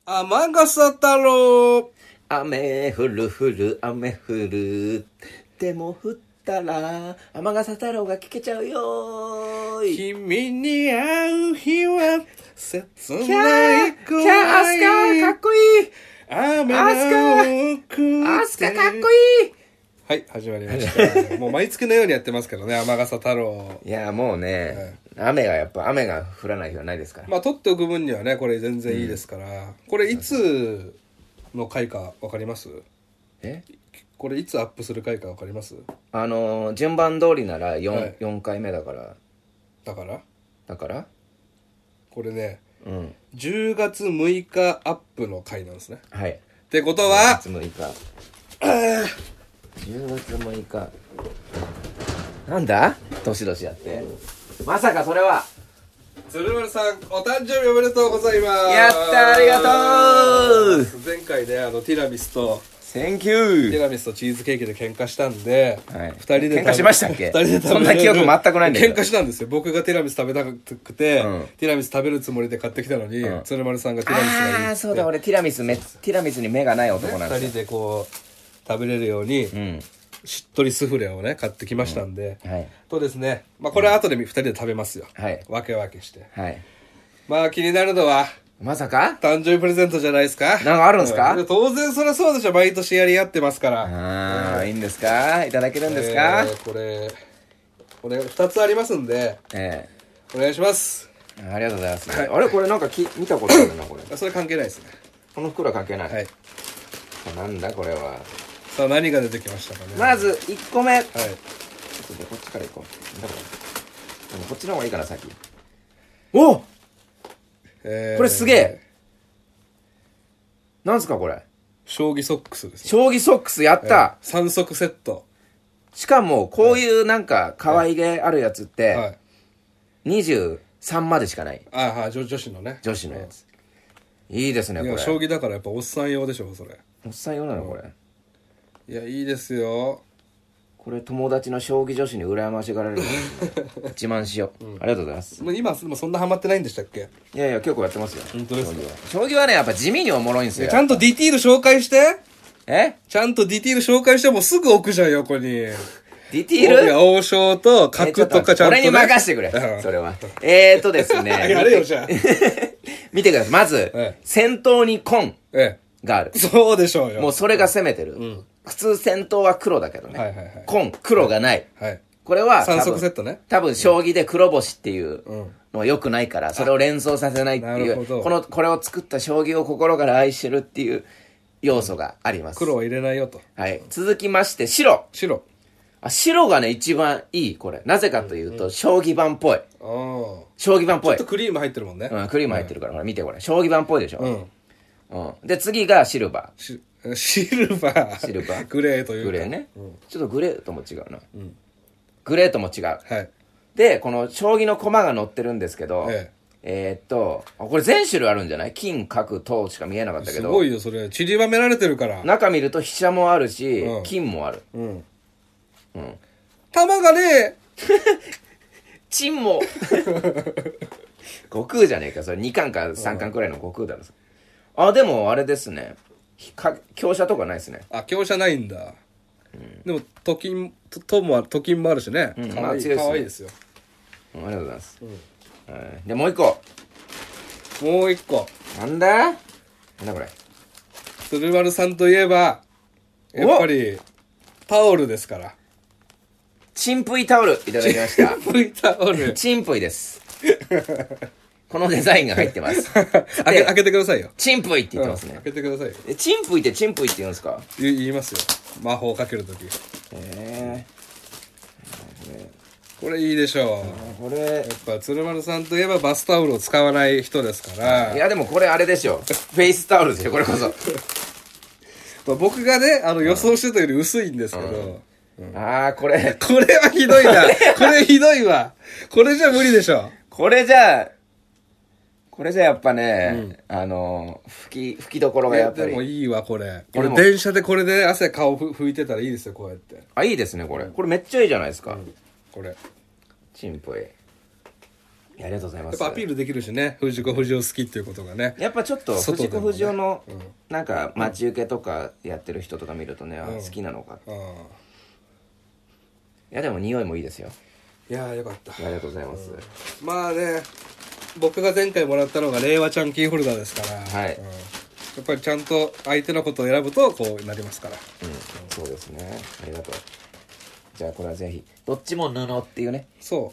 天笠太郎。 雨降る降る雨降るでも降ったら天笠太郎が聞けちゃうよーい。 君に会う日は切キャないーキャーアスカかっこいい。 雨が多くてアスカかっこいい。 はい、始まりましたもう毎月のようにやってますけどね、天笠太郎。 いやもうね、雨が降らない日はないですから。 まあ取っておく分にはね、これ全然いいですから、これいつの回か分かります？これいつアップする回か分かります？ 順番通りなら 4回目だから。 だからこれね、10月6日アップの回なんですね。 はい。 ってことは 10月6日10月6日なんだ年々やって。まさかそれは鶴丸さん、お誕生日おめでとうございます。 やったー、ありがとう。 前回ね、ティラミスと Thank you。 ティラミスとチーズケーキで喧嘩したんで、 はい、 2人で喧嘩しましたっけ？ 2人で食べれる。 そんな記憶全くないんだけど。 喧嘩したんですよ。僕がティラミス食べたくて、ティラミス食べるつもりで買ってきたのに、鶴丸さんがティラミスがいいって。 ああそうだ、俺ティラミスに目がない男なんですよ。 2人でこう食べれるように、しっとりスフレをね買ってきましたんで、とですね、まあこれは後で2人で食べますよ。分け分けして。まあ気になるのはまさか誕生日プレゼントじゃないですか。 なんかあるんですか？ 当然そりゃそうでしょ。毎年やり合ってますから。 ああ、いいんですか？いただけるんですか？ これ2つありますんで、お願いします。 ありがとうございます。あれこれなんか見たことあるな、これ。 それ関係ないですね。 この袋は関係ない。なんだこれは。 さあ何が出てきましたかね。 まず1個目。こっちからいこう。だからこっちの方がいいかな、先。おっ、これすげえ。なんすかこれ。 将棋ソックスですね。 将棋ソックス、やった。 3足セット。 しかもこういうなんか可愛げあるやつって23までしかない。 女子のね。 女子のやつ。いいですねこれ。 将棋だからやっぱおっさん用でしょそれ。 おっさん用なのこれ。 いやいいですよ。 これ友達の将棋女子に羨ましがられる自慢しよう、ありがとうございます。 今もそんなハマってないんでしたっけ？ いやいや結構やってますよ。 本当ですか？ 将棋はねやっぱ地味におもろいんですよ。 ちゃんとディティール紹介して。ちゃんとディティール紹介してもうすぐ置くじゃん横に。ディティール？ いや王将と角とかちゃんと、ね、 俺に任せてくれ、それは。ですねやれよじゃあ見てください。まず、先頭に紺がある、 そうでしょうよ。 もうそれが攻めてる、普通先頭は黒だけどね、紺黒がない、これは 3足セットね。 多分将棋で黒星っていうのは良くないから、それを連想させないっていう、これを作った将棋を心から愛してるっていう要素があります。 黒は入れないよと。 続きまして白がね一番いい。これなぜかというと、将棋盤っぽい。将棋盤っぽい。 ちょっとクリーム入ってるもんね。 クリーム入ってるから、ほら見てこれ。将棋盤っぽいでしょ。で次がシルバー。 シルバーグレーというか。 グレーね。ちょっとグレーとも違うな。グレーとも違う。でこの将棋の駒が載ってるんですけど、これ全種類あるんじゃない？金角銅しか見えなかったけど、 すごいよそれ。散りばめられてるから。 中見ると飛車もあるし、金もある。 玉がねチンも悟空じゃねえかそれ。2巻か3巻くらいの悟空だろ。でもあれですね、香車とかないですね。 香車ないんだ。でもと金もあるしね。かわいいですよ。 ありがとうございます。でもう一個なんだこれ。 鶴丸さんといえばやっぱりタオルですから。 チンプイタオルいただきました。 チンプイタオル。 チンプイです。このデザインが入ってます。 開けてくださいよ。 チンプイって言ってますね。 開けてくださいよ。 チンプイってチンプイって言うんですか？ 言いますよ。魔法をかけるとき。これいいでしょう。やっぱ鶴丸さんといえばバスタオルを使わない人ですから。 いやでもこれあれでしょ。フェイスタオルですよこれこそ。 僕がね予想してたより薄いんですけど。 これはひどいな。これひどいわ。これじゃ無理でしょ。 これじゃやっぱね、吹きどころがやっぱり。 でもいいわこれ電車でこれで汗顔拭いてたらいいですよこうやって。 いいですねこれめっちゃいいじゃないですか。 これチンプイありがとうございます。 やっぱアピールできるしね、藤子不二雄好きっていうことがね。 やっぱちょっと藤子不二雄のなんか待ち受けとかやってる人とか見るとね、好きなのかって。いやでも匂いもいいですよ。 いやーよかった。 ありがとうございます。 まあね、僕が前回もらったのが令和ちゃんキーホルダーですから、はい、やっぱりちゃんと相手のことを選ぶとこうなりますから。 そうですね。ありがとう。じゃあこれはぜひどっちも布っていうね。 そう。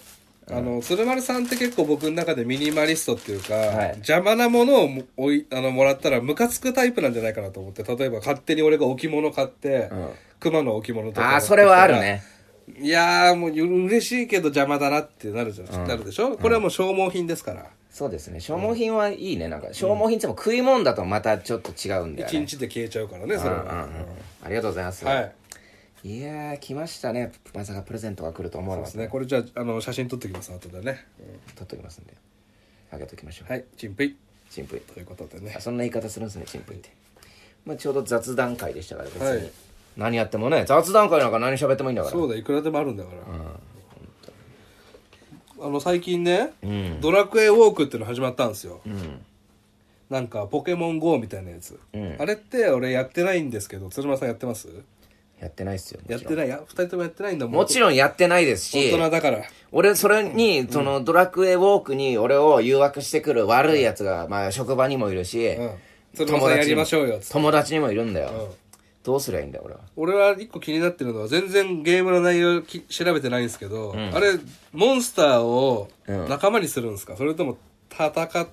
鶴丸さんって結構僕の中でミニマリストっていうか、邪魔なものをもらったらムカつくタイプなんじゃないかなと思って、例えば勝手に俺が置物買って、熊の置物とか。 それはあるね。 いやーもう嬉しいけど邪魔だなってなるでしょ、これはもう消耗品ですから。 そうですね。消耗品はいいね。なんか消耗品っても食い物だとまたちょっと違うんだよね。 一日で消えちゃうからね、それは。 ありがとうございます。 はい。 いやー来ましたね。まさかプレゼントが来ると思わなかった。 そうですね。これじゃあ写真撮っておきます後でね。 撮っておきますんであげときましょう。 はい。チンプイチンプイということでね。 そんな言い方するんですね、チンプイって。まあちょうど雑談会でしたから別に何やってもね、雑談会なんか何喋ってもいいんだから。 そうだ、いくらでもあるんだから。最近ね、ドラクエウォークっていうの始まったんですよ。なんかポケモン GO みたいなやつ。あれって俺やってないんですけど、鶴間さんやってます？ やってないっすよ。 やってない。2人ともやってないんだもん。 もちろんやってないですし、 大人だから。 俺それに、そのドラクエウォークに俺を誘惑してくる悪いやつが、まあ職場にもいるし、 鶴間さんやりましょうよ。 友達にもいるんだよ。どうすりゃいいんだよ俺は一個気になってるのは、全然ゲームの内容調べてないんですけど、あれモンスターを仲間にするんですか、それとも戦って。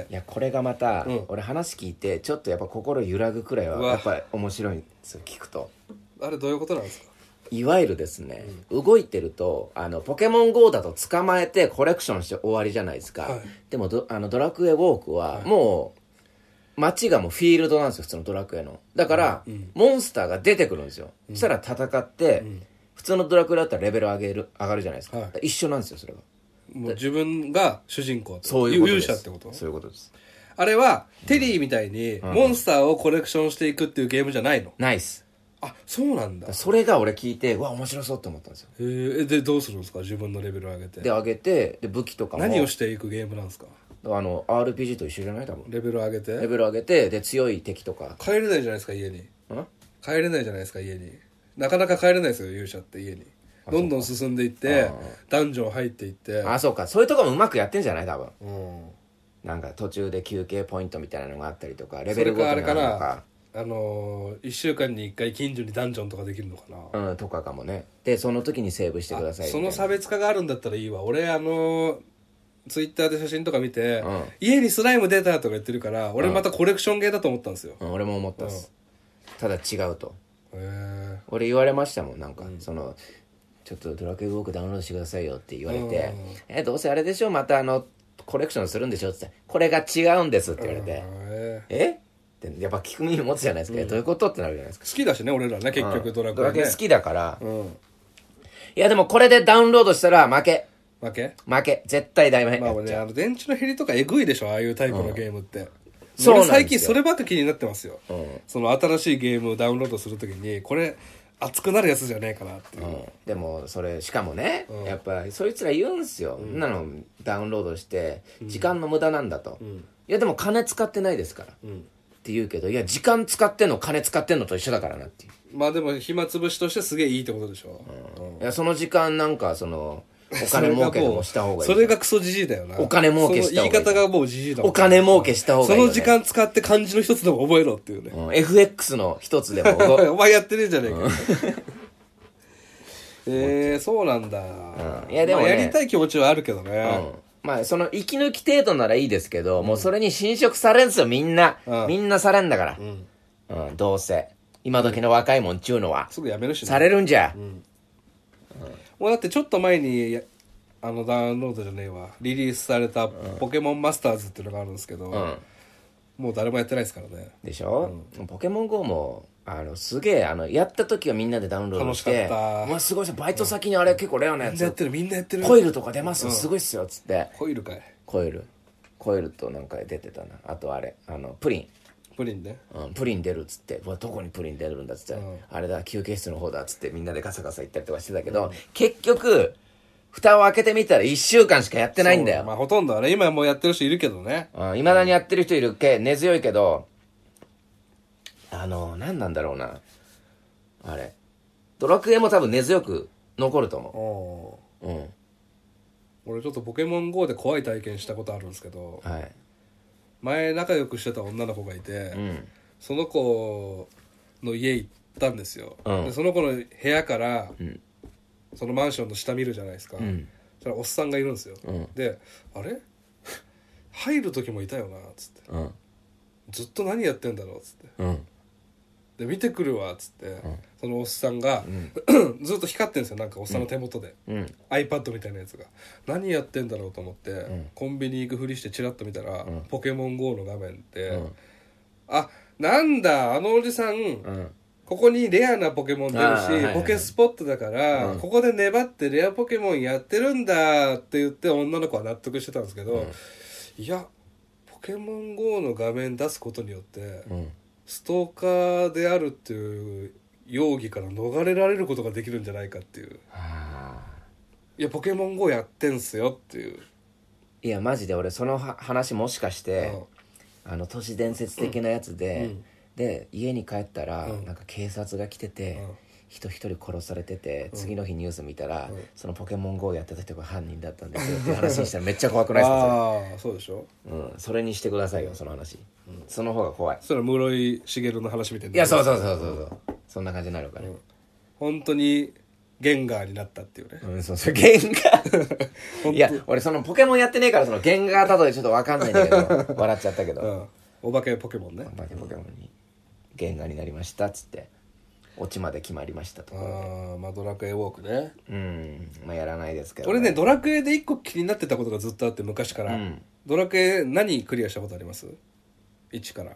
いやこれがまた、俺話聞いてちょっとやっぱ心揺らぐくらいはやっぱり面白いんですよ、聞くと。 あれどういうことなんですか？ いわゆるですね、動いてるとポケモン GO だと捕まえてコレクションして終わりじゃないですか、でもドラクエウォークはもう街がもうフィールドなんですよ、普通のドラクエの。だから、モンスターが出てくるんですよ。そしたら戦って、普通のドラクエだったらレベル上がるじゃないですか。一緒なんですよ、それが。 もう自分が主人公ってそういうことです。 勇者ってこと？ そういうことです。 あれは、テリーみたいに、モンスターをコレクションしていくっていうゲームじゃないの？ ないっす。 あ、そうなんだ。 それが俺聞いて、うわ、面白そうって思ったんですよ。 で、どうするんですか？自分のレベルを上げて。 で、上げて、で、武器とかも。 何をしていくゲームなんですか ？RPG と一緒じゃない？多分レベル上げてで強い敵とか帰れないじゃないですか、家に。帰れないじゃないですか、家に。なかなか帰れないですよ、勇者って家に。どんどん進んでいってダンジョン入っていって。 そうか、そういうとこもうまくやってんじゃない？多分なんか途中で休憩ポイントみたいなのがあったりとか、レベルごとにあるとか、 1週間に1回近所にダンジョンとかできるのかな、 とかかもね。でその時にセーブしてくださいみたいな。 その差別化があるんだったらいいわ。俺ツイッターで写真とか見て、家にスライム出たとか言ってるから、俺またコレクションゲーだと思ったんですよ。 俺も思ったっす。ただ違うと。俺言われましたもん、なんか、ちょっとドラクエウォークダウンロードしてくださいよって言われて、どうせあれでしょ、またコレクションするんでしょって言って、これが違うんですって言われて、ってやっぱ聞く耳持つじゃないですか、どういうことってなるじゃないですか。 好きだしね、俺らね、結局ドラクエ、 ドラクエ好きだから、いやでもこれでダウンロードしたら負け絶対大負け。 まあね、電池の減りとかえぐいでしょ、ああいうタイプのゲームって。俺最近そればっか気になってますよ。その新しいゲームをダウンロードするときに、これ熱くなるやつじゃねえかなっていう。 でもそれしかもね、やっぱそいつら言うんすよ、なのダウンロードして時間の無駄なんだと、いやでも金使ってないですから、って言うけど、いや時間使ってんの金使ってんのと一緒だからなっていう。 まあでも暇つぶしとしてすげえいいってことでしょ。 いやその時間なんかお金儲けでもした方がいい。 それがクソじじいだよな。 お金儲けした方がいい。 言い方がもうじじいだもん。 お金儲けした方がいい、 その時間使って漢字の一つでも覚えろっていうね。 FX の一つでもお前やってねえじゃねえか。そうなんだ。いやでもやりたい気持ちはあるけどね。 まあ息抜き程度ならいいですけど、もうそれに侵食されんすよ、みんなされんだから。どうせ今時の若いもんちゅうのはすぐやめるしね。 されるんじゃ。 もうだってちょっと前にダウンロードじゃねえわ、リリースされたポケモンマスターズっていうのがあるんですけど、もう誰もやってないですからね。 でしょ、ポケモン GO もすげえやった時はみんなでダウンロードして、 楽しかった。 うわすごいっす、バイト先にあれ結構レアなやつみんなやってるコイルとか出ますよ、すごいっすよっつって。 コイルかい。 コイルとなんか出てたな。あとプリンね、プリン出るっつって、どこにプリン出るんだっつって、あれだ休憩室の方だっつってみんなでガサガサ行ったりとかしてたけど、結局蓋を開けてみたら1週間しかやってないんだよ。 まあほとんどはね、今もうやってる人いるけどね。 未だにやってる人いる根強いけど、何なんだろうな。あれ。ドラクエも多分根強く残ると思う。 俺ちょっとポケモン GO で怖い体験したことあるんですけど、 はい。 前仲良くしてた女の子がいて、その子の家行ったんですよ。でその子の部屋から、そのマンションの下見るじゃないですか。そしたらおっさんがいるんですよ。で、あれ入る時もいたよな、つって。ずっと何やってんだろう、つって。で見てくるわっつって、そのおっさんが、ずっと光ってんですよ、なんかおっさんの手元で、iPad みたいなやつが何やってんだろうと思って、コンビニ行くふりしてチラッと見たら、ポケモン GO の画面で、あ、なんだあのおじさん、ここにレアなポケモン出るし、ポケスポットだから、ここで粘ってレアポケモンやってるんだって言って女の子は納得してたんですけど、いやポケモン GO の画面出すことによって、ストーカーであるっていう容疑から逃れられることができるんじゃないかっていう。いやポケモン GO やってんすよっていう。 いやマジで俺その話もしかして、都市伝説的なやつで、で家に帰ったら、なんか警察が来てて、人一人殺されてて、次の日ニュース見たら、そのポケモン GO やってた人が犯人だったんですよっていう話にしたらめっちゃ怖くないですか？ ああそうでしょ。 それにしてくださいよその話。その方が怖い。 それは室井茂の話みたいな。 いやそうそんな感じになるから、 本当にゲンガーになったっていうね。 そうゲンガーいや俺そのポケモンやってねえからそのゲンガー例えちょっと分かんないんだけど笑っちゃったけど、 お化けポケモンね。 お化けポケモンにゲンガーになりましたっつってオチまで決まりましたと。 まあドラクエウォークね。 まあやらないですけど、 俺ねドラクエで一個気になってたことがずっとあって、昔から、ドラクエ何クリアしたことあります？1から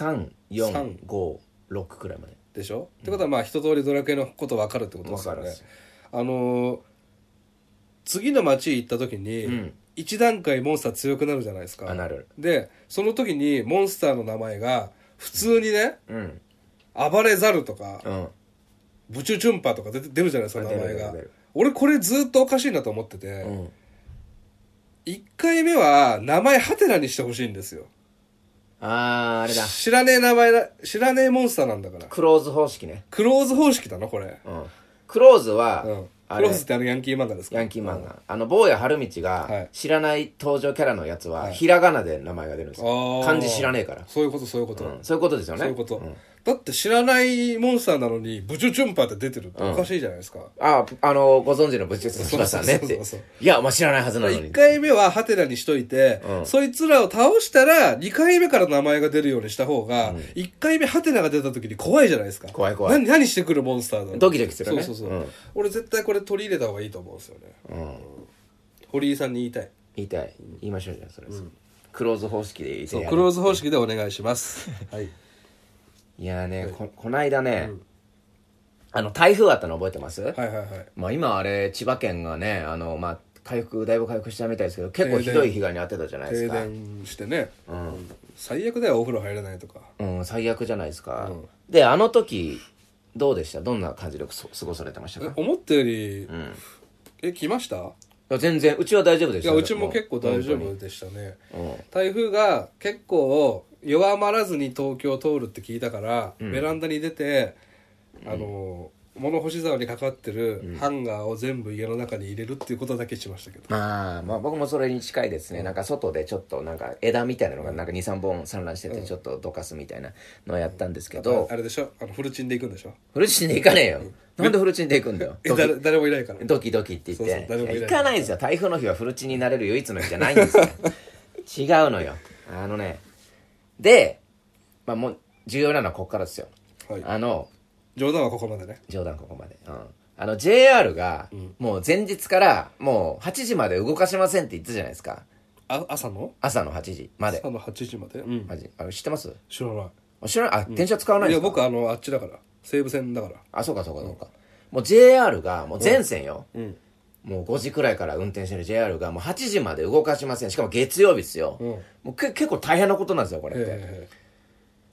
3,4,5,6くらいまででしょ、ってことはまあ一通りドラクエのこと分かるってことですよね。次の街行った時に、1段階モンスター強くなるじゃないですか。 なる。 でその時にモンスターの名前が普通にね、暴れザルとか、ブチュチュンパとか出るじゃないですか、名前が。俺これずっとおかしいなと思ってて、1回目は名前ハテナにしてほしいんですよ。 あれだ、 知らねえ名前だ、知らねえモンスターなんだから。 クローズ方式ね。 クローズ方式だなこれ。 クローズは、 クローズってヤンキー漫画ですか？ ヤンキー漫画。坊や春道が知らない登場キャラのやつは、ひらがなで名前が出るんですよ。漢字知らねえから。 そういうことそういうこと、 そういうことですよね。 そういうこと、だって知らないモンスターなのにブチュチュンパーって出てるっておかしいじゃないですか。 ご存知のブチュチュンパーさんねって。いや知らないはずなのに。 1回目はハテナにしといて、そいつらを倒したら2回目から名前が出るようにした方が、1回目ハテナが出た時に怖いじゃないですか。 怖い。 何してくるモンスターだろう。 ドキドキするね。 そう、俺絶対これ取り入れた方がいいと思うんですよね。堀井さんに言いたい。 言いましょうじゃあそれ、クローズ方式で言いたい。 クローズ方式でお願いしますはい。 いやね、こないだね、台風あったの覚えてます？まあ今あれ千葉県がねだいぶ回復したみたいですけど、結構ひどい被害に遭ってたじゃないですか。 停電してね、最悪だよ、お風呂入れないとか。 最悪じゃないですか。であの時どうでした？どんな感じで過ごされてましたか？ 思ったより、来ました？ 全然うちは大丈夫でした。 いやうちも結構大丈夫でしたね。台風が結構弱まらずに東京を通るって聞いたから、ベランダに出て物干し竿にかかってるハンガーを全部家の中に入れるっていうことだけしましたけど、 まあ僕もそれに近いですね。なんか外でちょっとなんか枝みたいなのがなんか 2,3 本散乱しててちょっとどかすみたいなのをやったんですけど、 あれでしょ、フルチンで行くんでしょ？ フルチンで行かねえよ。なんでフルチンで行くんだよ。 誰もいないからドキドキって言って行かないですよ。台風の日はフルチンになれる唯一の日じゃないんですよ違うのよ。でもう重要なのはここからですよ。 冗談はここまでね。 冗談ここまで。JR がもう前日からもう8時まで動かしませんって言ったじゃないですか。 朝の 8時まで。 朝の8時まで。 知ってます？ 知らない。 知らない。電車使わないんですか？ いや僕あっちだから西武線だから。 そうか。もう JR がもう全線よ。もう5時くらいから運転してる JR がもう8時まで動かしません。しかも月曜日ですよ。もう結構大変なことなんですよこれって。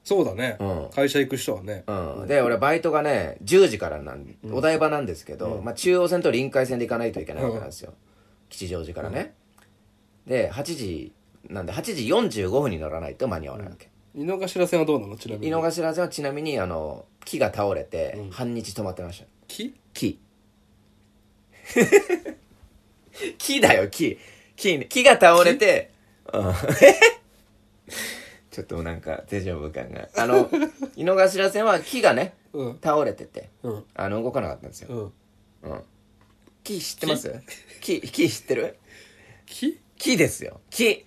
そうだね、会社行く人はね、 で俺バイトがね10時からお台場なんですけど、中央線と臨海線で行かないといけないわけなんですよ、吉祥寺からね、で8時なんで8時45分に乗らないと間に合わないわけ。 井の頭線はどうなの？ちなみに井の頭線はちなみに木が倒れて半日止まってました。木木だよ、木が倒れて、ちょっとなんかデジャブ感が井の頭線は木がね、倒れてて、動かなかったんですよ。木知ってます？木知ってる？木ですよ、木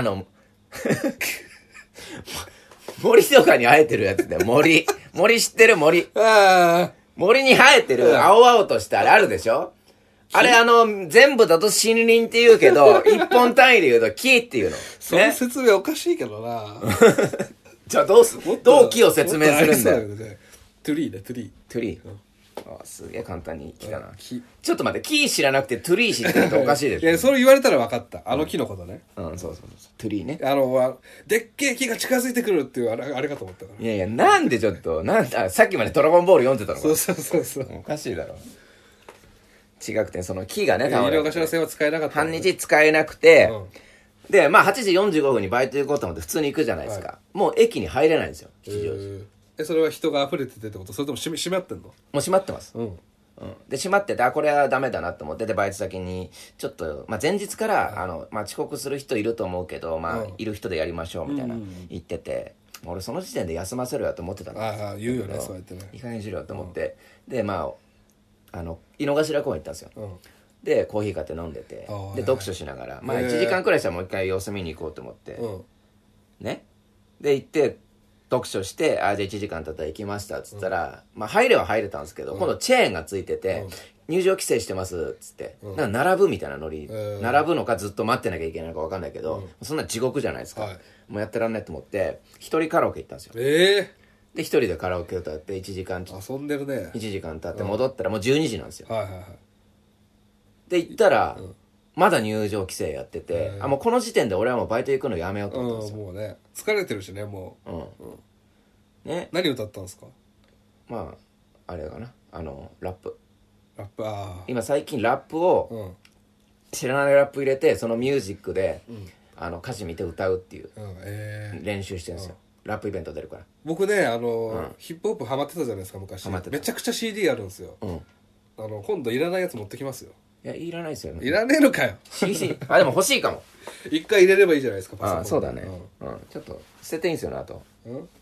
森とかに生えてるやつで、森知ってる？森に生えてる青々としたあれあるでしょ？あれ全部だと森林って言うけど、一本単位で言うと木っていうの。 その説明おかしいけどな。 じゃあどう木を説明するんだよ。 トゥリーね、トゥリー。 すげえ簡単に木だな。ちょっと待って、木知らなくてトゥリー知ってるとおかしいでしょ。 いや、それ言われたら分かった。木のことね。 そう。トゥリーね。 でっけえ木が近づいてくるっていうあれかと思ったから。 いや、なんでちょっと、さっきまでドラゴンボール読んでたのか。 そう。 おかしいだろ。違くて、その木がね、 倒れて。井の頭線は使えなかった。 半日使えなくて、で、8時45分にバイト行こうと思って普通に行くじゃないですか。もう駅に入れないんですよ、吉祥寺。 それは人が溢れててってこと？それとも閉まってんの？ もう閉まってます。で閉まってて、これはダメだなと思って、でバイト先にちょっと、前日から遅刻する人いると思うけど、いる人でやりましょうみたいな言ってて、俺その時点で休ませろよと思ってたんですよ。 言うよね、そうやってね。 いい加減にしろよと思って、で井の頭公園行ったんですよ。でコーヒー買って飲んでて、で読書しながら1時間くらいしたらもう一回様子見に行こうと思って、ね、で行って読書して、じゃあ1時間経ったら行きましたっつったら、入れは入れたんですけど、今度チェーンがついてて、入場規制してますっつって、なんか並ぶみたいなノリ、並ぶのかずっと待ってなきゃいけないのか分かんないけど、そんな地獄じゃないですか、もうやってらんないと思って一人カラオケ行ったんですよ。で一人でカラオケ歌って1時間遊んでるね。 1時間経って戻ったらもう12時なんですよ。で行ったら、まだ入場規制やってて、もうこの時点で俺はもうバイト行くのやめようと思ったんですよ。 もうね疲れてるしね、もう。ね、何歌ったんですか？ あれかな、ラップ。 今最近ラップを、知らないラップ入れてそのミュージックで、歌詞見て歌うっていう、練習してるんですよ。ラップイベント出るから。 僕ねヒップホップハマってたじゃないですか昔。めちゃくちゃ CD あるんですよ。今度いらないやつ持ってきますよ。 いや、いらないですよね。 いらねえのかよ。 CD でも欲しいかも。 一回入れればいいじゃないですか、パソコン。 そうだね。ちょっと捨てていいんですよね、あと。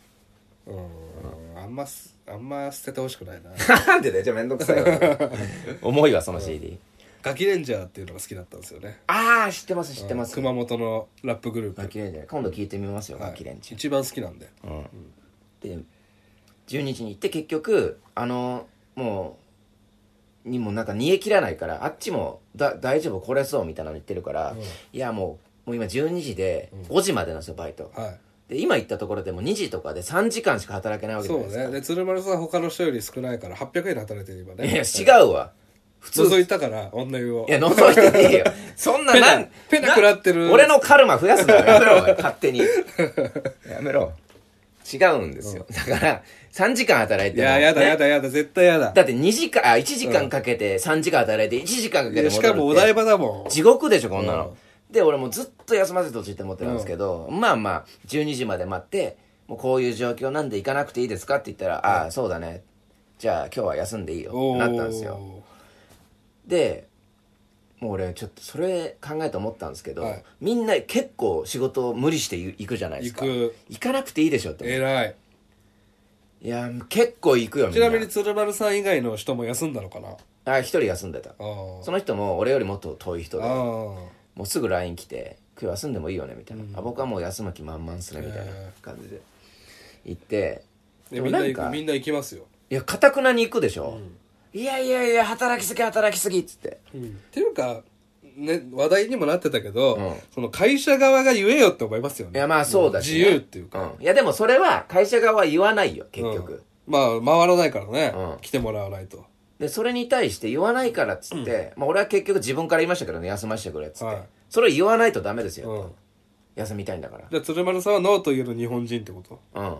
あんま捨ててほしくないな。 なんでだよ、じゃあめんどくさいわ。重いわ、その CD。 ガキレンジャーっていうのが好きだったんですよね。 知ってます。 熊本のラップグループ。 ガキレンジャー。今度聞いてみますよ、ガキレンジャー。 一番好きなんで。 で、12日に行って結局、もうなんか煮え切らないから、あっちも大丈夫来れそうみたいなの言ってるから、いやもう今12時で5時までなんですよ、バイト。で今行ったところでも2時とかで3時間しか働けないわけじゃないですか。 そうね。で鶴丸さん他の人より少ないから800円で働いてる今ね。 いや違うわ、 普通覗いたから女湯を。 いや覗いてねえよ。そんなペナ食らってる。 俺のカルマ増やすのやめろ勝手に。やめろ。違うんですよ。だから3時間働いても、 やだ絶対やだ。 だって1時間かけて3時間働いて1時間かけて戻るって。 しかもお台場だもん。 地獄でしょこんなの。で俺もうずっと休ませてほしいって思ってるんですけど、12時まで待って、もうこういう状況なんで行かなくていいですかって言ったら、そうだね、じゃあ今日は休んでいいよってなったんですよ。でもう俺ちょっとそれ考えて思ったんですけど、みんな結構仕事を無理して行くじゃないですか。行かなくていいでしょって思って。 偉い。いや結構行くよみんな。 ちなみに鶴丸さん以外の人も休んだのかな？ 一人休んでた。その人も俺よりもっと遠い人で、もうすぐ LINE 来て「今日休んでもいいよね」みたいな、僕はもう休む気満々っすねみたいな感じで行って、 みんな行きますよ。 いやかたくなに行くでしょ、いや働きすぎっつって、 っていうかね、話題にもなってたけど、その会社側が言えよって思いますよね。 いやそうだし、 自由っていうか、 いやでもそれは会社側は言わないよ結局、 回らないからね、来てもらわないと。 でそれに対して言わないからっつって、俺は結局自分から言いましたけどね、休ませてくれっつって、それを言わないとダメですよ、休みたいんだから。 じゃあ鶴丸さんはノーと言える日本人ってこと？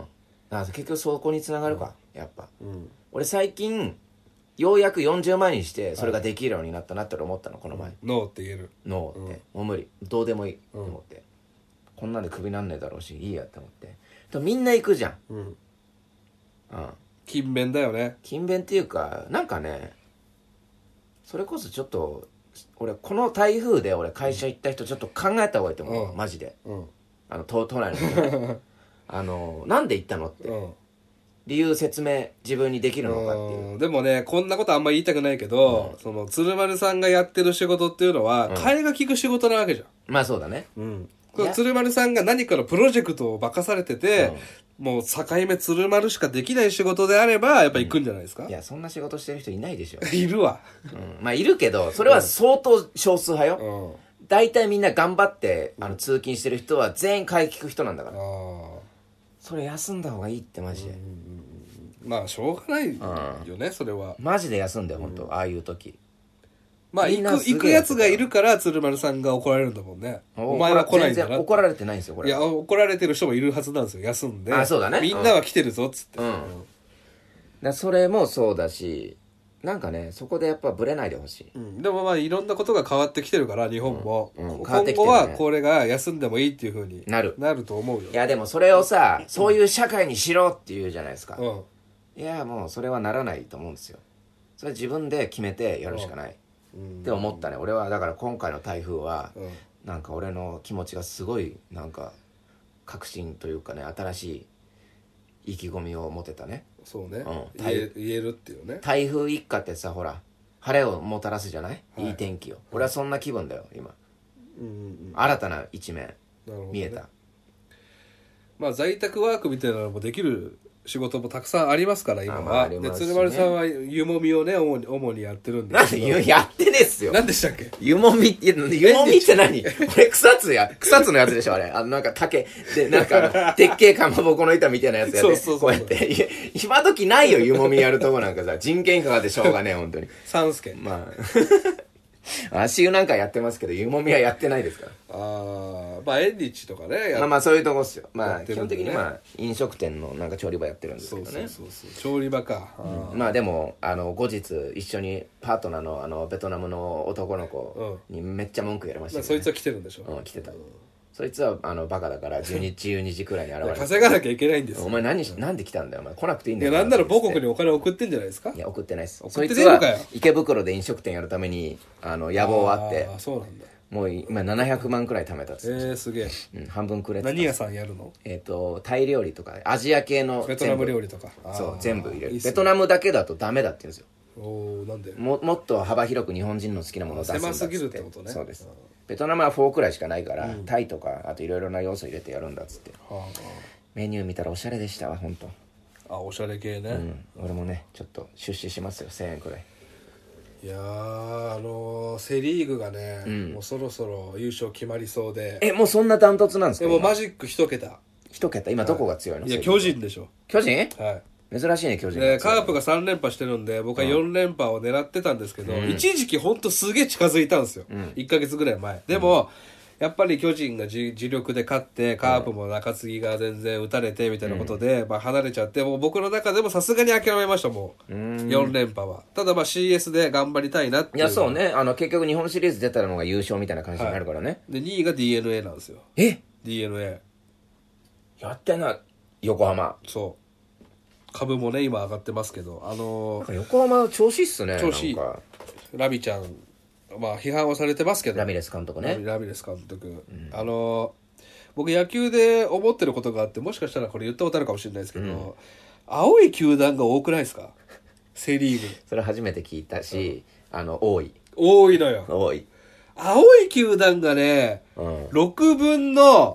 結局そこに繋がるか、やっぱ、俺最近ようやく40万にしてそれができるようになったなって思ったの、この前。 ノーって言える。 ノーって、もう無理、どうでもいいと思って、こんなんでクビなんねえだろうしいいやって思って。みんな行くじゃん。 勤勉だよね。 勤勉っていうか、なんかね、それこそちょっと俺この台風で俺会社行った人ちょっと考えた方がいいと思う、マジで。都内の人なんで行ったのって、理由説明自分にできるのかっていう。 でもね、こんなことあんま言いたくないけど、その鶴丸さんがやってる仕事っていうのは替えが利く仕事なわけじゃん。 まあそうだね。 鶴丸さんが何かのプロジェクトを任されてて、もう境目鶴丸しかできない仕事であればやっぱ行くんじゃないですか。 いや、そんな仕事してる人いないでしょ。 いるわ。 まあいるけど、それは相当少数派よ。大体みんな頑張って通勤してる人は全員替え聞く人なんだから。それ休んだ方がいいってマジで。 まあしょうがないよね、それは。 マジで休んで、本当ああいう時。 まあ行くやつがいるから鶴丸さんが怒られるんだもんね。お前は来ないんだな。 全然怒られてないんですよ、これ。 いや、怒られてる人もいるはずなんですよ、休んで。 そうだね。 みんなは来てるぞっつって。 それもそうだし、なんかね、そこでやっぱブレないでほしい。でもまあいろんなことが変わってきてるから、日本も。今後はこれが休んでもいいっていう風になると思うよ。 いやでもそれをさ、そういう社会にしろって言うじゃないですか。いやもうそれはならないと思うんですよ。それは自分で決めてやるしかない。って思ったね。俺はだから今回の台風は、なんか俺の気持ちがすごいなんか確信というかね、新しい意気込みを持てたね。 そうね、言えるっていうね。 台風一過ってさ、ほら晴れをもたらすじゃない、いい天気を。俺はそんな気分だよ今。新たな一面見えた。 まあ在宅ワークみたいなのもできる仕事もたくさんありますから今は。で鶴丸さんは湯もみをね主にやってるんで。 なんでやってねえっすよ。 何でしたっけ？ 湯もみって何？俺草津のやつでしょあれ。なんか竹でなんかでっけえかまぼこの板みたいなやつやって、こうやって今時ないよ湯もみやるとこなんかさ。人件費かかってしょうがねえ本当に。 三助。 まあ足湯なんかやってますけど湯もみはやってないですから。 まあ縁日とかね。 まあそういうとこっすよ。まあ基本的にまあ飲食店のなんか調理場やってるんですけどね。 そう調理場か。 まあでも後日一緒にパートナーのベトナムの男の子にめっちゃ文句言われました。 そいつは来てるんでしょ。 来てた。そいつはバカだから12時くらいに現れて。 稼がなきゃいけないんですよ。 お前なんで来たんだよお前。来なくていいんだよ。 いやなんなら母国にお金送ってんじゃないですか。 いや送ってないです。 送ってねえのかよ。 そいつは池袋で飲食店やるために野望はあって。 そうなんだ。 もう今700万くらい貯めたっつって。 すげえ。 半分くれてた。 何屋さんやるの？ タイ料理とかアジア系のベトナム料理とか。 そう全部入れる。ベトナムだけだとダメだって言うんですよ。 なんで？ もっと幅広く日本人の好きなものを出すんだっつって。 狭すぎるってことね。 そうです。ベトナムは4くらいしかないから、タイとかあといろいろな要素入れてやるんだっつって。メニュー見たらおしゃれでしたわ本当。 おしゃれ系ね。 俺もねちょっと出資しますよ1000円くらい。 いやーセリーグがね、もうそろそろ優勝決まりそうで。 もうそんなダントツなんですか？ でもマジック1桁今どこが強いの？ いや巨人でしょ。 巨人？ はい。 珍しいね巨人。 カープが3連覇してるんで僕は4連覇を狙ってたんですけど、一時期ほんとすげえ近づいたんですよ、1ヶ月ぐらい前でも、やっぱり巨人が自力で勝ってカープも中継ぎが全然打たれてみたいなことで、離れちゃって、もう僕の中でもさすがに諦めましたもう4連覇は。ただCS で頑張りたいなっていう。 いやそうね、結局日本シリーズ出たのが優勝みたいな感じになるからね、 で2位が DNA なんですよ。DNA やってんな横浜。 そう株もね今上がってますけど、 横浜調子いいっすね。 調子いい。ラビちゃん批判はされてますけど、 ラミレス監督ね。 ラミレス監督、僕野球で思ってることがあって、もしかしたらこれ言ったことあるかもしれないですけど、青い球団が多くないですかセリーグ。 それ初めて聞いたし、多いのよ。 多い。 青い球団がね、6分の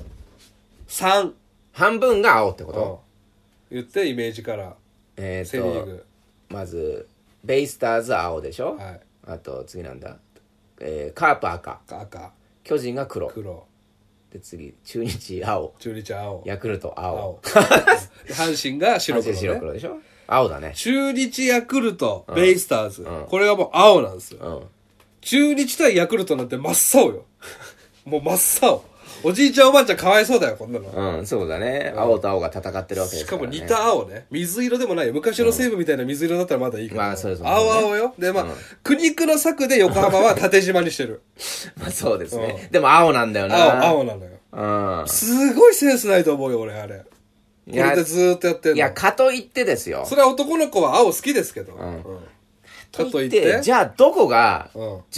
3、 半分が青ってこと、 言ってイメージからセリーグ。 まずベイスターズ青でしょ、あと次なんだ、カープ赤、巨人が黒で、次中日青、ヤクルト青阪神が白黒、ね、 白黒でしょ。青だね。 中日ヤクルト、ベイスターズ、これがもう青なんですよ、中日対ヤクルトなんて真っ青よもう真っ青。 おじいちゃんおばあちゃんかわいそうだよ、こんなの。 うん、そうだね。青と青が戦ってるわけですから、ね。 しかも似た青ね。水色でもないよ。昔の西部みたいな水色だったらまだいいけど。 まあ、そうですね。 青々よ。で、まあ、苦肉の策で横浜は縦縞にしてる。 まあ、そうですね。でも青なんだよな。 青なのよ。 うん。 すごいセンスないと思うよ、俺、あれ。これでずーっとやってんの。 いや、かといってですよ。 それは男の子は青好きですけど。 かといって、じゃあどこが、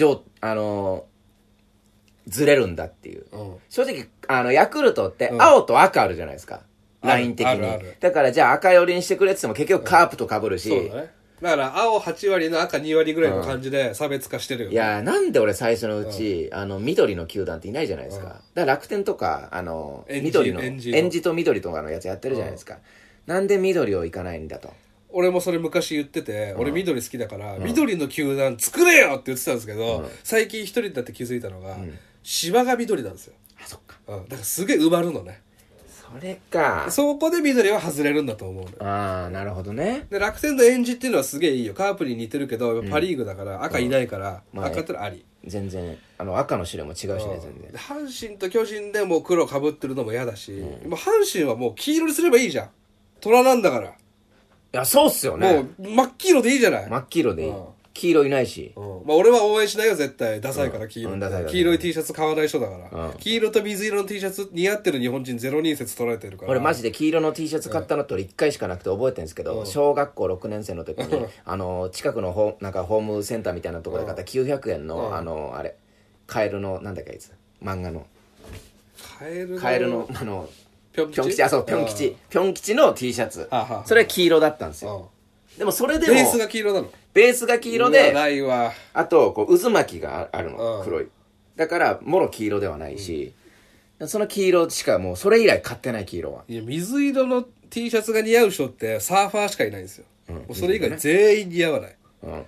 ずれるんだっていう。正直、ヤクルトって青と赤あるじゃないですか。ライン的に。だからじゃあ赤寄りにしてくれって言っても結局カープと被るし。 そうだね。だから青8割の赤2割ぐらいの感じで差別化してるよね。 いや、なんで俺最初のうち、緑の球団っていないじゃないですか。だから楽天とか、緑の、エンジと緑とかのやつやってるじゃないですか。なんで緑をいかないんだと。 俺もそれ昔言ってて、俺緑好きだから、緑の球団作れよって言ってたんですけど、最近一人になって気づいたのが、芝が緑なんですよ。 あ、そっか。 だからすげえ埋まるのね。 それか。 そこで緑は外れるんだと思うの。 ああ、なるほどね。 で、楽天のエンジっていうのはすげえいいよ。カープに似てるけど、パリーグだから赤いないから、赤ってのはあり。 全然、赤の種類も違うしね、全然。 阪神と巨人でもう黒被ってるのも嫌だし、もう阪神はもう黄色にすればいいじゃん。虎なんだから。いや、そうっすよね。 もう、真っ黄色でいいじゃない。 真っ黄色でいい。黄色いないし。 まあ俺は応援しないよ、絶対。ダサいから黄色。黄色い T シャツ買わない人だから。黄色と水色の T シャツ似合ってる日本人02説取られてるから。 俺マジで黄色の T シャツ買ったのって俺1回しかなくて覚えてるんですけど、小学校6年生の時に、近くのなんかホームセンターみたいなところで買った900円の、あれ、カエルの、なんだっけあいつ、漫画の。カエルの、ぴょん吉、そう、ぴょん吉。ぴょん吉の T シャツ。それは黄色だったんですよ。でもそれでも、 ベースが黄色なの。 ベースが黄色で、 ないわ。 あと、渦巻きがあるの、黒い。だから、もろ黄色ではないし、その黄色しかもう、それ以来買ってない黄色は。 いや、水色の T シャツが似合う人ってサーファーしかいないんですよ。もうそれ以外全員似合わない。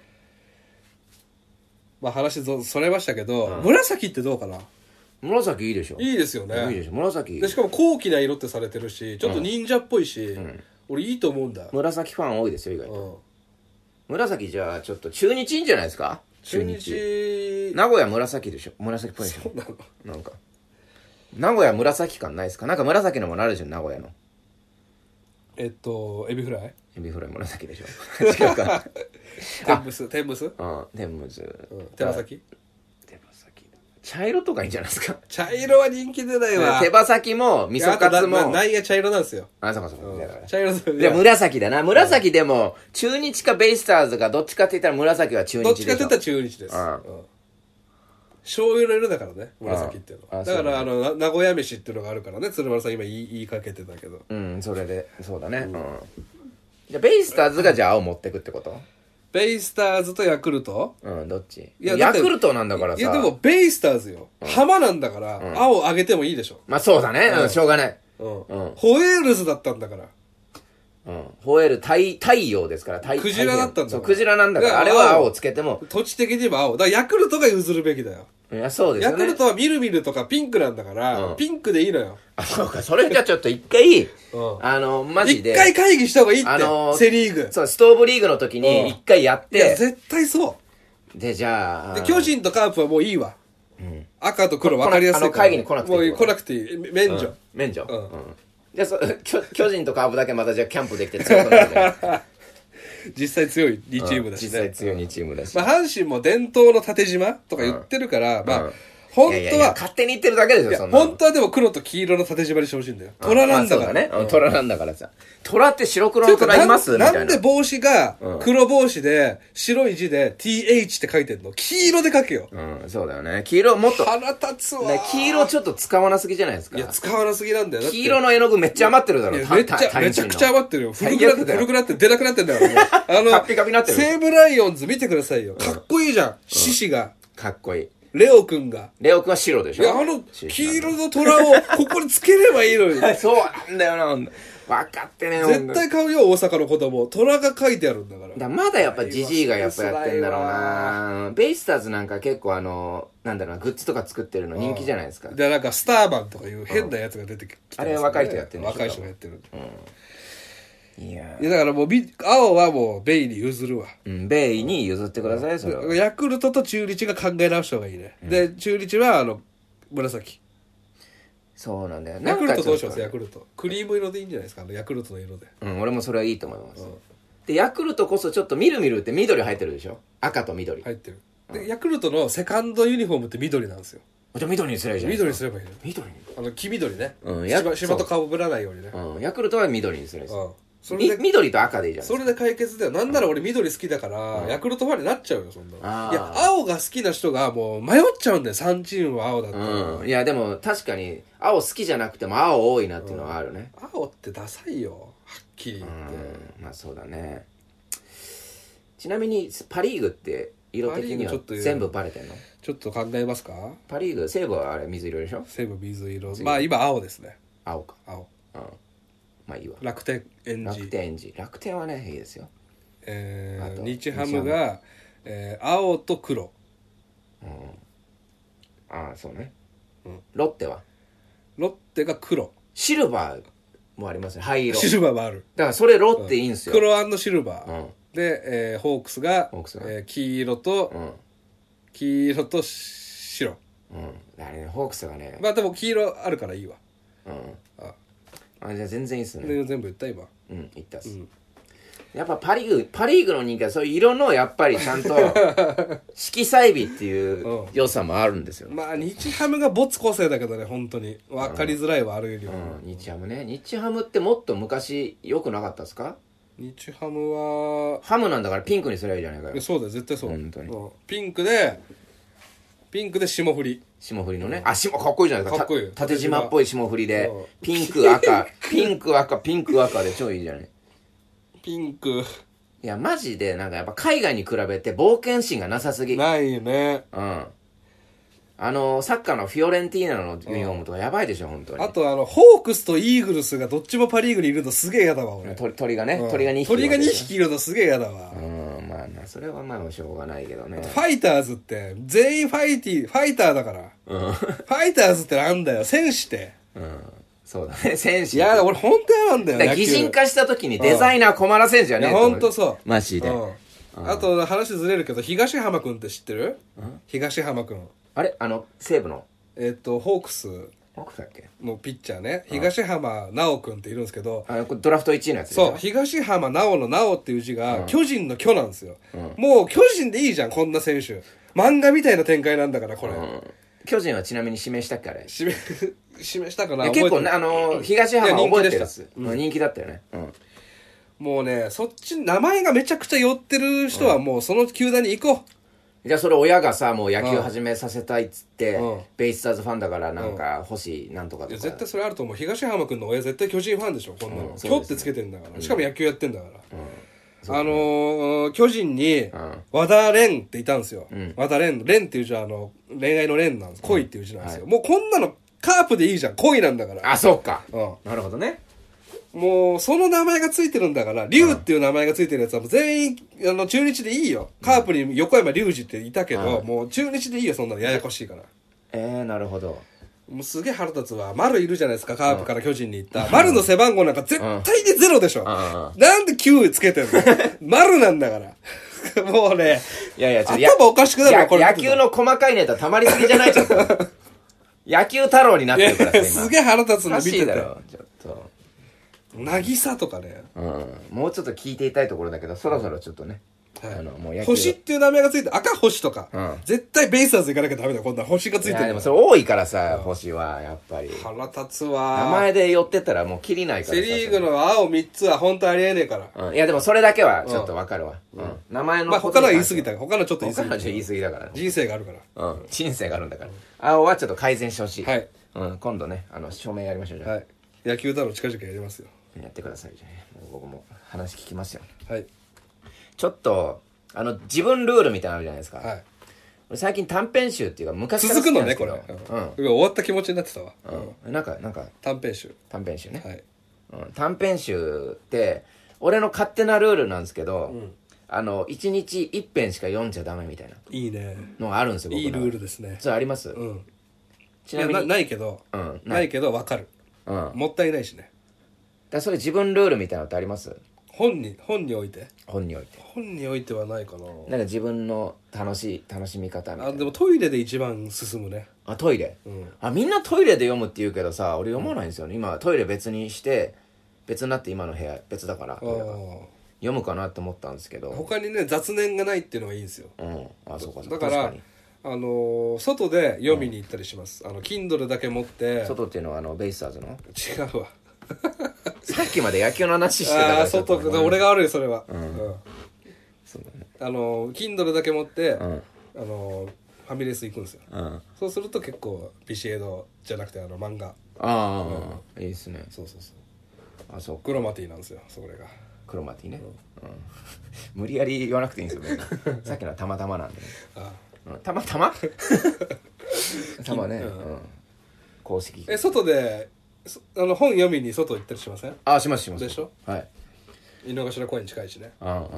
まあ話それましたけど、紫ってどうかな？ 紫いいでしょ。 いいですよね。 いいでしょ。紫。 で、しかも高貴な色ってされてるし、ちょっと忍者っぽいし、俺いいと思うんだ。 紫ファン多いですよ、意外と。紫じゃあ、ちょっと中日いいんじゃないですか？中日。名古屋紫でしょ。紫っぽいでしょ。そうなの？なんか。名古屋紫感ないですか？なんか紫のものあるじゃん、名古屋の。 エビフライ？ エビフライ紫でしょ。違うか。 天むす？うん、 天むす。 手羽先？ 茶色とかいいんじゃないですか。 茶色は人気出ないわ。 手羽先も、味噌カツも。 内野茶色なんですよ。 あ、そうかそうか。 茶色でも紫だな。紫でも、中日かベイスターズかどっちかって言ったら紫は中日でしょ。 どっちかって言ったら中日です。醤油の色だからね、紫っていうのは。だから名古屋飯っていうのがあるからね、鶴丸さん今言いかけてたけど。 それで、そうだね。じゃあベイスターズがじゃあ青持ってくってこと？ ベイスターズとヤクルト？ どっち？いや、ヤクルトなんだからさ。 いや、でもベイスターズよ。浜なんだから、青あげてもいいでしょ。 まあそうだね。しょうがない。 ホエールズだったんだから。 ホエール、太陽ですから、 クジラだったんだそう、クジラなんだから、あれは青をつけても。 土地的にも青。だからヤクルトが譲るべきだよ。 いや、そうですよね。 ヤクルトはみるみるとかピンクなんだから、ピンクでいいのよ。 あ、そうか、それじゃちょっと一回、マジで。 一回会議した方がいいって、セリーグ。 そう、ストーブリーグの時に一回やって。いや、絶対そう。 で、じゃあ。 で、巨人とカープはもういいわ。赤と黒分かりやすいから。 会議に来なくていい。 もう来なくていい。免除。 免除。じゃあ、巨人とカープだけまたじゃあキャンプできて強くなるじゃん。 実際強い2チームだしね。 実際強い2チームだし。 まあ、阪神も伝統の縦縞とか言ってるから、まあ、本当は。 勝手に言ってるだけですよ、そんな。 本当はでも黒と黄色の縦縞にしてほしいんだよ。虎なんだからね。虎なんだからさ。虎って白黒の虎いますみたいな。 なんで帽子が黒帽子で白い字で TH って書いてんの？黄色で書けよ。 そうだよね。黄色もっと。 腹立つわ。 黄色ちょっと使わなすぎじゃないですか。 いや、使わなすぎなんだよ。 黄色の絵の具めっちゃ余ってるだろ。 めちゃくちゃ余ってるよ。古くなって出なくなってんだよ。カッピカピなってる。 西武ライオンズ見てくださいよ。かっこいいじゃん。獅子が。 かっこいい。 レオくんが。 レオくんは白でしょ？ いや、黄色の虎をここにつければいいのに。 そうなんだよな、分かってねえよ。 絶対買うよ、大阪の子供。虎が書いてあるんだから。 まだやっぱジジイがやっぱやってんだろうな。ベイスターズなんか結構なんだろうな、グッズとか作ってるの人気じゃないですか。 で、なんかスターマンとかいう変なやつが出てきて、 あれ若い人やってるんでしょ？ 若い人がやってる。 いやだからもう、青はもう、ベイに譲るわ。 ベイに譲ってください、それは。 ヤクルトと中日が考え直した方がいいね。で、中日は、紫。 そうなんだよ。 ヤクルトどうします？ヤクルトクリーム色でいいんじゃないですか、ヤクルトの色で。 俺もそれはいいと思います。でヤクルトこそちょっとみるみるって緑入ってるでしょ。赤と緑入ってる。でヤクルトのセカンドユニフォームって緑なんですよ。 じゃあ緑にすればいいじゃん。 緑にすればいいの。 緑に黄緑ね。 芝と顔ぶらないようにね。 ヤクルトは緑にすればいいです。 それで緑と赤でいいじゃん。 それで解決だよ。なんなら俺緑好きだから、ヤクルトファンになっちゃうよ、そんな。いや、青が好きな人がもう迷っちゃうんだよ、3チームは青だったら。 いや、でも確かに、青好きじゃなくても青多いなっていうのはあるね。 青ってダサいよ、はっきり言って。 まあそうだね。ちなみに、パリーグって色的には全部バレてんの？ ちょっと考えますか？ パリーグ、西武はあれ水色でしょ？ 西武水色。まあ今青ですね。 青か。 青。 まあいいわ。 楽天エンジ。楽天はね、いいですよ。 日ハムが、青と黒。 そうね。ロッテは？ ロッテが黒。 シルバーもありますね、灰色。 シルバーもある。 だからそれロッテいいんすよ。 黒&シルバー。で、ホークスが、黄色と白。 あれね、ホークスがね。 まあでも黄色あるからいいわ。 じゃあ全然いいっすね。 全部言った今。 言ったっす。やっぱパリーグの人気はそういう色のやっぱりちゃんと色彩美っていう良さもあるんですよ。 まあ日ハムが没個性だけどね、本当に分かりづらいはあるよりは。 日ハムね。日ハムってもっと昔良くなかったですか？ 日ハムはハムなんだからピンクにすればいいじゃないかよ。 そうだよ、絶対そう。 本当にピンクで霜降りのね。かっこいいじゃないですか。 かっこいい。 縦縞っぽい霜降りでピンク赤で超いいじゃない。 ピンク。 いやマジでなんかやっぱ海外に比べて冒険心がなさすぎ。 ないよね。 サッカーのフィオレンティーナのユニフォームとかやばいでしょ本当に。 あとホークスとイーグルスがどっちもパリーグにいるとすげえ嫌だわ俺。 鳥が2匹。 鳥が2匹いるとすげえ嫌だわ。 まあそれはまあしょうがないけどね。 ファイターズって全員ファイターだから。ファイターズってなんだよ、戦士って。 そうだね、戦士。 いや俺本当嫌なんだよ。 擬人化した時にデザイナー困らせんじゃねえと。 本当そう。 マジで。 あと話ずれるけど東浜くんって知ってる？東浜くん。 あれ西武のホークスのピッチャーね、東浜直くんっているんですけど、 ドラフト1位のやつでしょ。 そう、東浜直の直っていう字が巨人の巨なんですよ。もう巨人でいいじゃん、こんな選手。漫画みたいな展開なんだからこれ。 巨人はちなみに指名したっけあれ。 指名したかな。 結構ね、東浜覚えてるやつ。人気だったよね。 もうね、そっち名前がめちゃくちゃ寄ってる人はもうその球団に行こう。 じゃあそれ親がさ、もう野球始めさせたいっつって、ベイスターズファンだからなんか欲しいなんとかとか。 絶対それあると思う。東浜くんの親絶対巨人ファンでしょ、こんなの。巨ってつけてんだから。しかも野球やってんだから。巨人に和田蓮っていたんですよ。和田蓮っていう字は恋愛の蓮なんです。恋っていう字なんですよ。もうこんなのカープでいいじゃん、恋なんだから。 あ、そうか。なるほどね。 もうその名前がついてるんだから、龍っていう名前がついてるやつはもう全員中日でいいよ。カープに横山隆二っていたけど、もう中日でいいよ、そんなのややこしいから。 なるほど。 もうすげえ腹立つわ。丸いるじゃないですか、カープから巨人に行った。丸の背番号なんか絶対にゼロでしょ。なんで9つけてんの？丸なんだから。もうね、 いや頭おかしくなるわ、これ。 野球の細かいネタ溜まりすぎじゃない？ちょっと。野球太郎になってるからさ、今。 すげえ腹立つの見てて。 ちょっと。 渚とかね。 もうちょっと聞いていたいところだけど、そろそろちょっとね。 もう星っていう名前がついて、赤星とか。絶対ベイスターズ行かなきゃダメだよ、今度は星がついてる。 でもそれ多いからさ、星は、やっぱり。 腹立つわ。 名前で寄ってったらもう切りないからさ。 セリーグの青3つは本当ありえねえから。 いやでもそれだけはちょっとわかるわ。名前の。 まあ他のは言い過ぎた。他のちょっと言い過ぎた。 他の言い過ぎだから。 人生があるから。 人生があるんだから。青はちょっと改善してほしい。 はい。 今度ね、署名やりましょうじゃあ。 はい。野球だろ近々やりますよ。 やってくださいじゃあ。僕も話聞きますよ。 はい。 ちょっと、自分ルールみたいなのあるじゃないですか。 はい。 俺最近短編集っていうか昔から続くのね、これ。終わった気持ちになってたわ。 なんか。 短編集。 短編集ね。 はい。 短編集って、俺の勝手なルールなんですけど、1日1編しか読んじゃダメみたいな。 いいね。 のがあるんですよ、僕いいルールですね。 それあります？ ちなみに。ないけど、分かる。もったいないしね。 それ自分ルールみたいなのってあります？ 本において本においてはないかな。 なんか自分の楽しみ方みたいな。 でもトイレで一番進むね。 トイレ、みんなトイレで読むって言うけどさ、俺読まないんですよね、今トイレ別にして別になって、今の部屋別だから読むかなって思ったんですけど、 他にね雑念がないっていうのがいいんですよ。 そうか。 だから外で読みに行ったりします。Kindle だけ持って。 外っていうのはベイスターズの？ 違うわ。 さっきまで野球の話してたから。 外、俺が悪いそれは。 そうだね。 Kindle だけ持って、ファミレス行くんですよ。そうすると結構ビシエドじゃなくて漫画。 いいですね。 そう。 そう。 クロマティなんですよ、それが。 クロマティね。無理やり言わなくていいんですよね。さっきのはたまたまなんでね。たまたまたまね。公式。 外で本読みに外行ったりしません？ しますでしょ。 はい。 井の頭公園近いしね。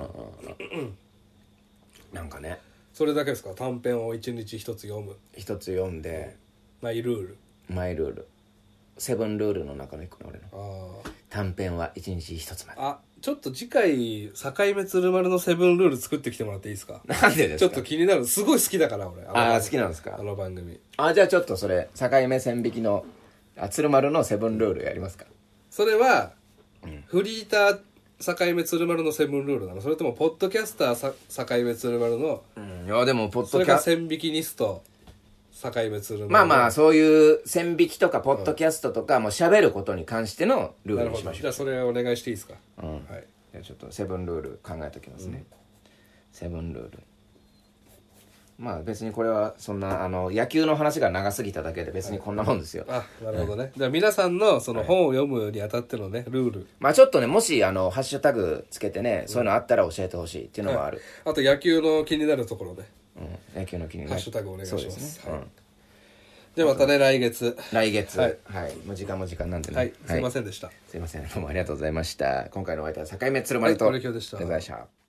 なんかね。 それだけですか？短編を一日一つ読む。 一つ読んで。 マイルール。 セブンルールの中の一個の俺の。短編は一日一つまで。 ちょっと次回境目鶴丸のセブンルール作ってきてもらっていいですか？ なんでですか？ ちょっと気になる。すごい好きだから俺。 好きなんですか？ 番組。 じゃあちょっとそれ境目線引きの鶴丸のセブンルールやりますか？ それは、フリーター境目鶴丸のセブンルールなの？それともポッドキャスター境目鶴丸の、 いやでもポッドキャスター、 それから線引きニスト境目鶴丸。 まあそういう線引きとかポッドキャストとかもう喋ることに関してのルールにしましょう。 じゃあそれお願いしていいですか？ はい。じゃあちょっとセブンルール考えておきますね。セブンルール。別にこれはそんな野球の話が長すぎただけで別にこんなもんですよ。 なるほどね。じゃあ皆さんのその本を読むにあたってのねルール。 ちょっとね、もしハッシュタグつけてね、そういうのあったら教えてほしいっていうのはある。 あと野球の気になるところで。 野球の気になる。 ハッシュタグお願いします。そうですね。 じゃあまたね、来月。 はい。もう時間なんでね。 はい。すいませんでした。 すいません。どうもありがとうございました。今回のお相手は境目鶴丸と。 でした。 お疲れ様でした。